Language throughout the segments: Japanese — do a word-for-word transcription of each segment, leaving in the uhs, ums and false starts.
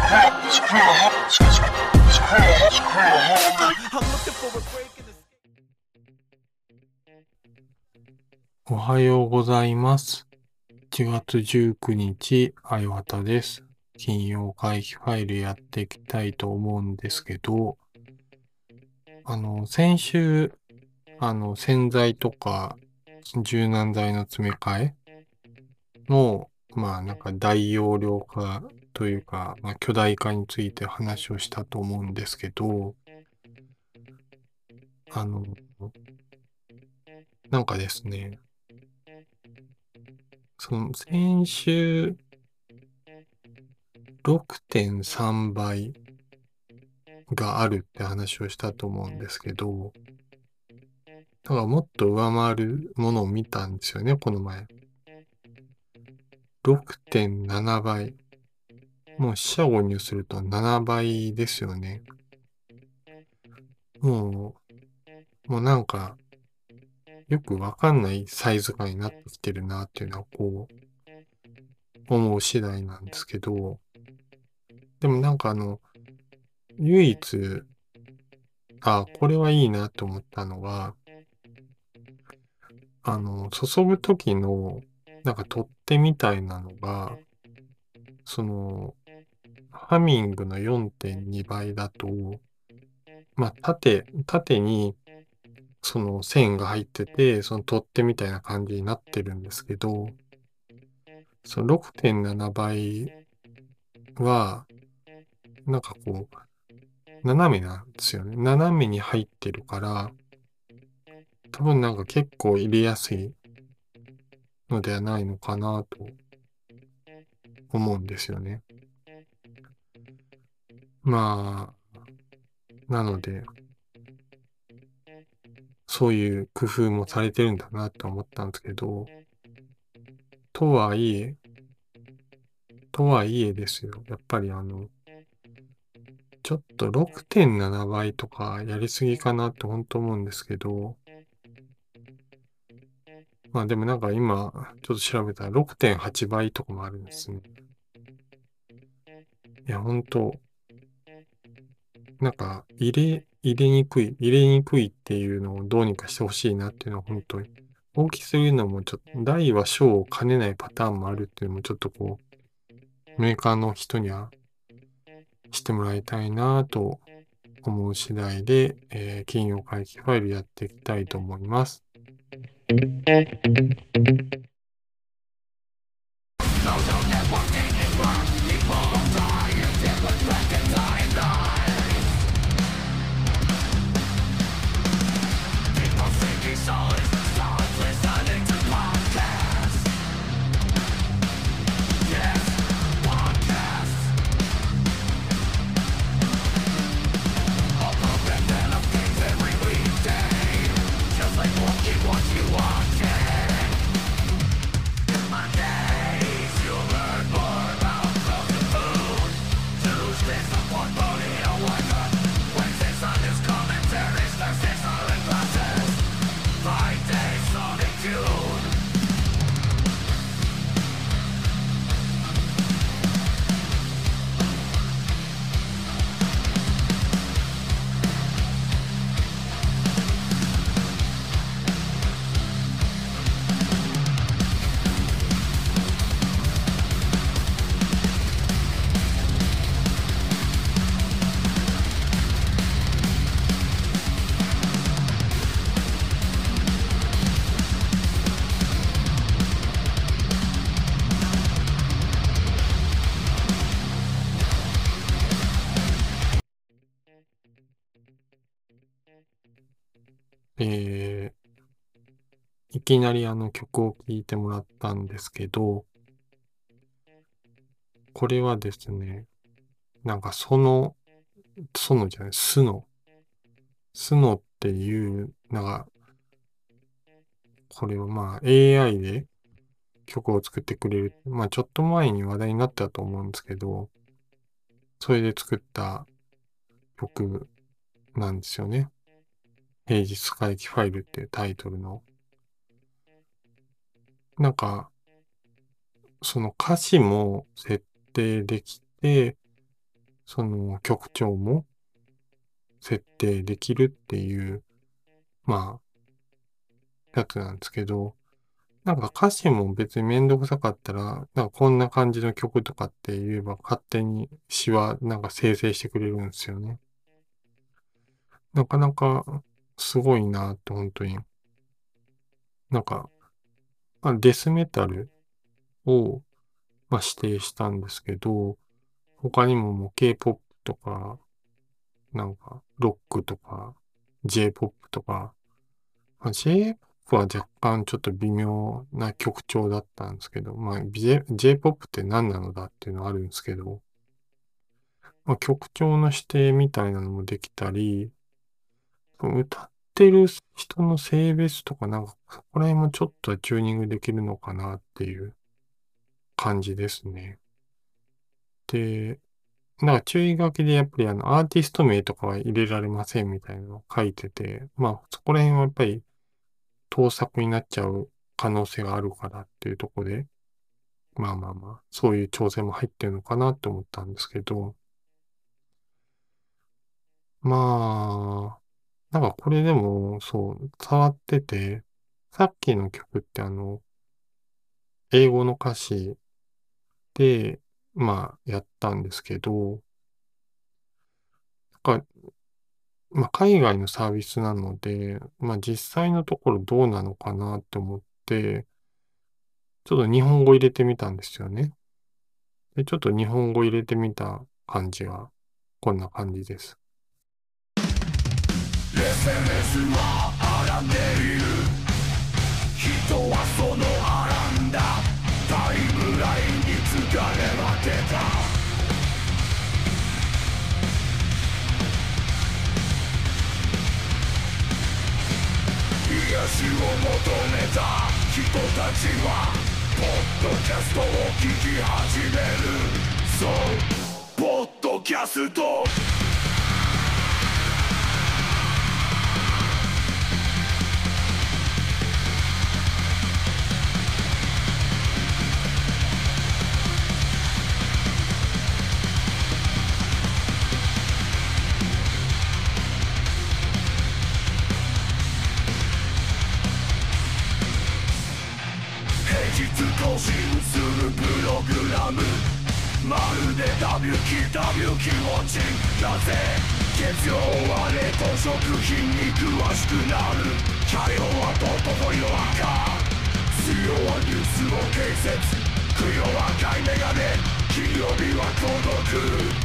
おはようございます。いちがつじゅうくにち、あいわたです。金曜会議ファイルやっていきたいと思うんですけど、あの、先週、あの、洗剤とか柔軟剤の詰め替えの、まあなんか大容量化というか、まあ、巨大化について話をしたと思うんですけど、あの、なんかですね、その先週 ろくてんさんばいがあるって話をしたと思うんですけど、だからもっと上回るものを見たんですよね、この前。ろくてんななばい。もう四捨五入するとななばいですよね。もう、もうなんか、よくわかんないサイズ感になってきてるなっていうのはこう、思う次第なんですけど、でもなんかあの、唯一、あ、これはいいなと思ったのは、あの、注ぐときの、なんか取っ手みたいなのが、その、ハミングのよんてんにばいだと、まあ、縦、縦に、その線が入ってて、その取っ手みたいな感じになってるんですけど、そのろくてんななばいは、なんかこう、斜めなんですよね。斜めに入ってるから、多分なんか結構入れやすいのではないのかなと思うんですよね。まあ、なので、そういう工夫もされてるんだなと思ったんですけど、とはいえ、とはいえですよ。やっぱりあの、ちょっとろくてんななばいとかやりすぎかなって本当思うんですけど、まあでもなんか今、ちょっと調べたらろくてんはちばいとかもあるんですね。いや、本当なんか入れ、入れにくい、入れにくいっていうのをどうにかしてほしいなっていうのは本当に。大きすぎるのもちょっと、大は小を兼ねないパターンもあるっていうのもちょっとこう、メーカーの人にはしてもらいたいなと思う次第で、えー金曜会期ファイルやっていきたいと思います。えー、いきなりあの曲を聴いてもらったんですけど、これはですね、なんかその、そのじゃない、スノ。スノっていう、なんか、これをまあ エーアイ で曲を作ってくれる。まあちょっと前に話題になったと思うんですけど、それで作った曲なんですよね。平日回帰ファイルっていうタイトルの。なんか、その歌詞も設定できて、 その曲調も設定できるっていう、まあ、やつなんですけど、なんか歌詞も別にめんどくさかったら、なんかこんな感じの曲とかって言えば勝手に詩はなんか生成してくれるんですよね。なかなかすごいなって本当に。なんか、まあ、デスメタルを、まあ、指定したんですけど、他にももう K-ポップ とか、なんかロックとか J-ポップ とか、まあ、J-ポップ は若干ちょっと微妙な曲調だったんですけど、まあ、J、J-ポップ って何なのだっていうのはあるんですけど、まあ、曲調の指定みたいなのもできたり、歌ってる人の性別とかなんか、そこら辺もちょっとチューニングできるのかなっていう感じですね。で、なんか注意書きでやっぱりあのアーティスト名とかは入れられませんみたいなのを書いてて、まあそこら辺はやっぱり盗作になっちゃう可能性があるからっていうところで、まあまあまあ、そういう調整も入ってるのかなって思ったんですけど、まあ、なんかこれでもそう、触ってて、さっきの曲ってあの、英語の歌詞で、まあやったんですけど、なんかまあ、海外のサービスなので、まあ、実際のところどうなのかなって思って、ちょっと日本語入れてみたんですよね。で、ちょっと日本語入れてみた感じが、こんな感じです。エスエヌエス は荒んでいる。人はその荒んだタイムラインに疲れ果てた。癒しを求めた人たちはポッドキャストを聞き始める。そう、ポッドキャスト。更新するプログラム、まるで ダブリューキーダブリューキー ウォッチングだぜ。月曜は冷凍食品に詳しくなる。火曜はポットフォリオ赤、水曜はニュースを建設、供養は赤いメガネ、金曜日は孤独。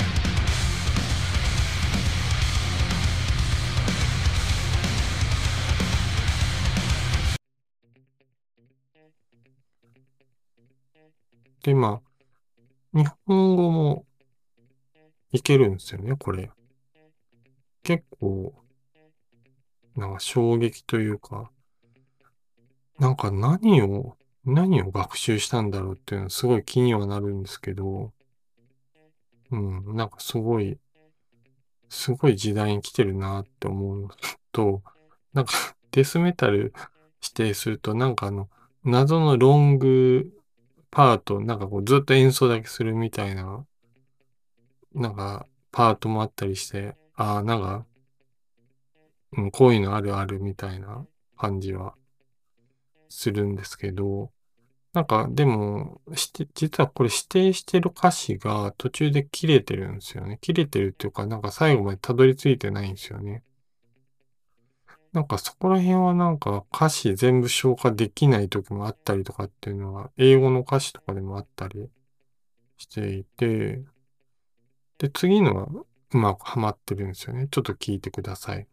で、まあ、日本語もいけるんですよね、これ。結構、なんか衝撃というか、なんか何を、何を学習したんだろうっていうのはすごい気にはなるんですけど、うん、なんかすごい、すごい時代に来てるなって思うのと、なんかデスメタル指定すると、なんかあの、謎のロングパート、なんかこうずっと演奏だけするみたいな、なんかパートもあったりして、ああ、なんか、うん、こういうのあるあるみたいな感じはするんですけど、なんかでも、して、実はこれ指定してる歌詞が途中で切れてるんですよね。切れてるっていうか、なんか最後までたどり着いてないんですよね。なんかそこら辺はなんか歌詞全部消化できない時もあったりとかっていうのは、英語の歌詞とかでもあったりしていて、で、次のはうまくはまってるんですよね。ちょっと聞いてください。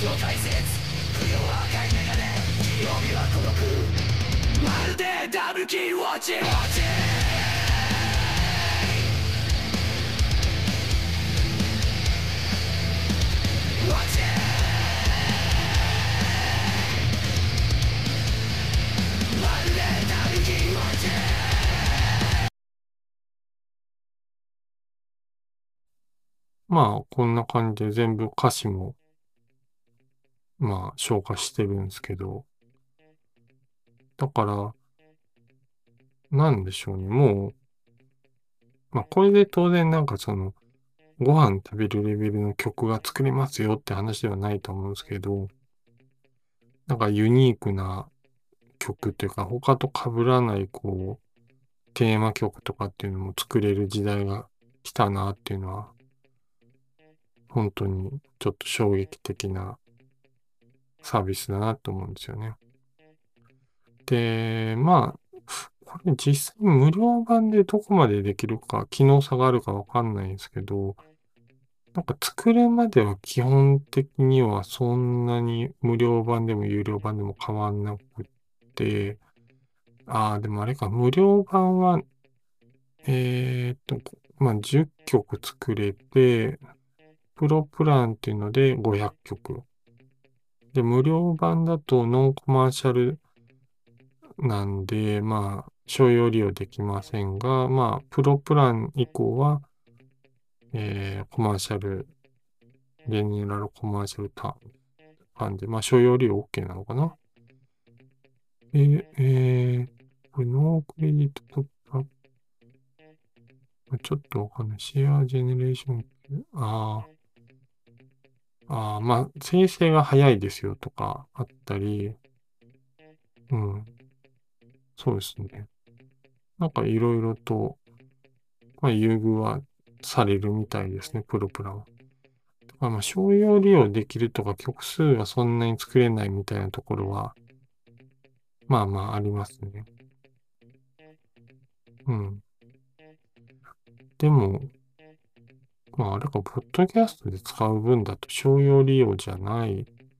まるでダブルキルウォッチまあ、こんな感じで全部歌詞も、まあ、消化してるんですけど、だから、なんでしょうね。もう、まあ、これで当然なんかその、ご飯食べるレベルの曲が作れますよって話ではないと思うんですけど、なんかユニークな曲というか、他と被らない、こう、テーマ曲とかっていうのも作れる時代が来たなっていうのは、本当にちょっと衝撃的なサービスだなと思うんですよね。で、まあ、これ実際無料版でどこまでできるか、機能差があるかわかんないんですけど、なんか作るまでは基本的にはそんなに無料版でも有料版でも変わんなくて、ああ、でもあれか、無料版は、えーっと、まあ、じゅっきょく作れて、プロプランっていうのでごひゃっきょく。で、無料版だとノンコマーシャルなんで、まあ、商用利用できませんが、まあ、プロプラン以降は、えーコマーシャル、ゼネラルコマーシャルターン感じで、まあ、商用利用 OK なのかな。えー、えーこれノークレジットトップアップ。ちょっとわかんない。シェアジェネレーション。ああ、ああ、まあ、生成が早いですよとかあったり、うん、そうですね。なんかいろいろと、まあ、優遇はされるみたいですね、プロプラは。だからまあ、商用利用できるとか、曲数がそんなに作れないみたいなところは、まあまあありますね。うん。でも、まああれか、ポッドキャストで使う分だと商用利用じゃない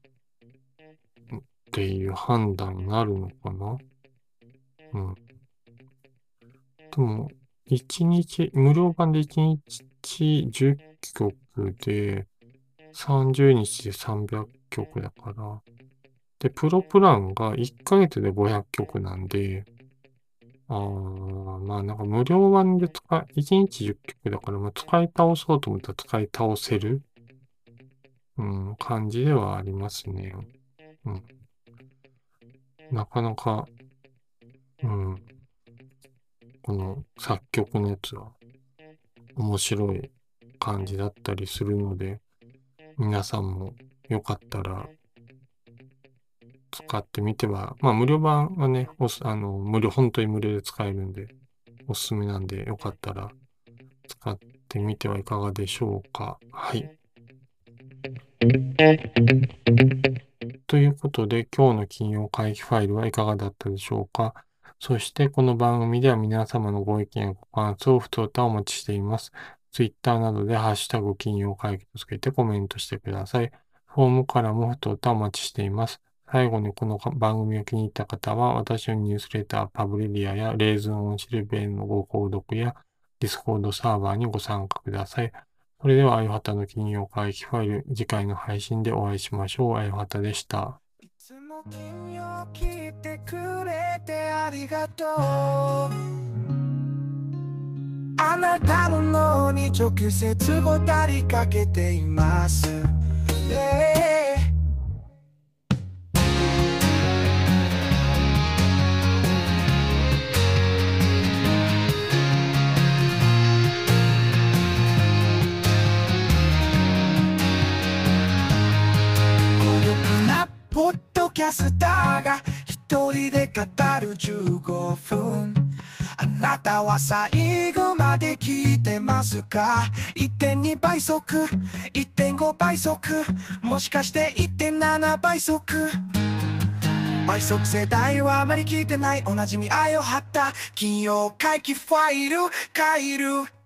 っていう判断になるのかな。うん。でも、いちにち、無料版でいちにちじゅっきょくで、さんじゅうにちでさんびゃっきょくだから、で、プロプランがいっかげつでごひゃっきょくなんで、ああ、まあなんか無料版で使い、いちにちじゅっきょくだから、まあ使い倒そうと思ったら使い倒せる、うん、感じではありますね。うん。なかなか、うん、この作曲のやつは面白い感じだったりするので、皆さんもよかったら使ってみては、まあ無料版はね、おすあの、無料、本当に無料で使えるんで、おすすめなんで、よかったら使ってみてはいかがでしょうか。はい。ということで、今日の金曜会議ファイルはいかがだったでしょうか。そして、この番組では皆様のご意見やご感想、ふつおたお待ちしています。Twitter などでハッシュタグ金曜会議とつけてコメントしてください。フォームからもふつおたお待ちしています。最後にこの番組を気に入った方は、私のニュースレター、パブリリアやレーズンオンシルベンのご購読や、ディスコードサーバーにご参加ください。それでは、あゆはたの金曜会議ファイル、次回の配信でお会いしましょう。あゆはたでした。 いつも金曜聞いてくれてありがとう。あなたの脳に直接語りかけています、yeah.ポッドキャスターが一人で語るじゅうごふん。あなたは最後まで聞いてますか？ いってんに 倍速 いってんご 倍速、もしかして いってんなな 倍速。倍速世代はあまり聞いてないおなじみあよはった金曜会議ファイル変える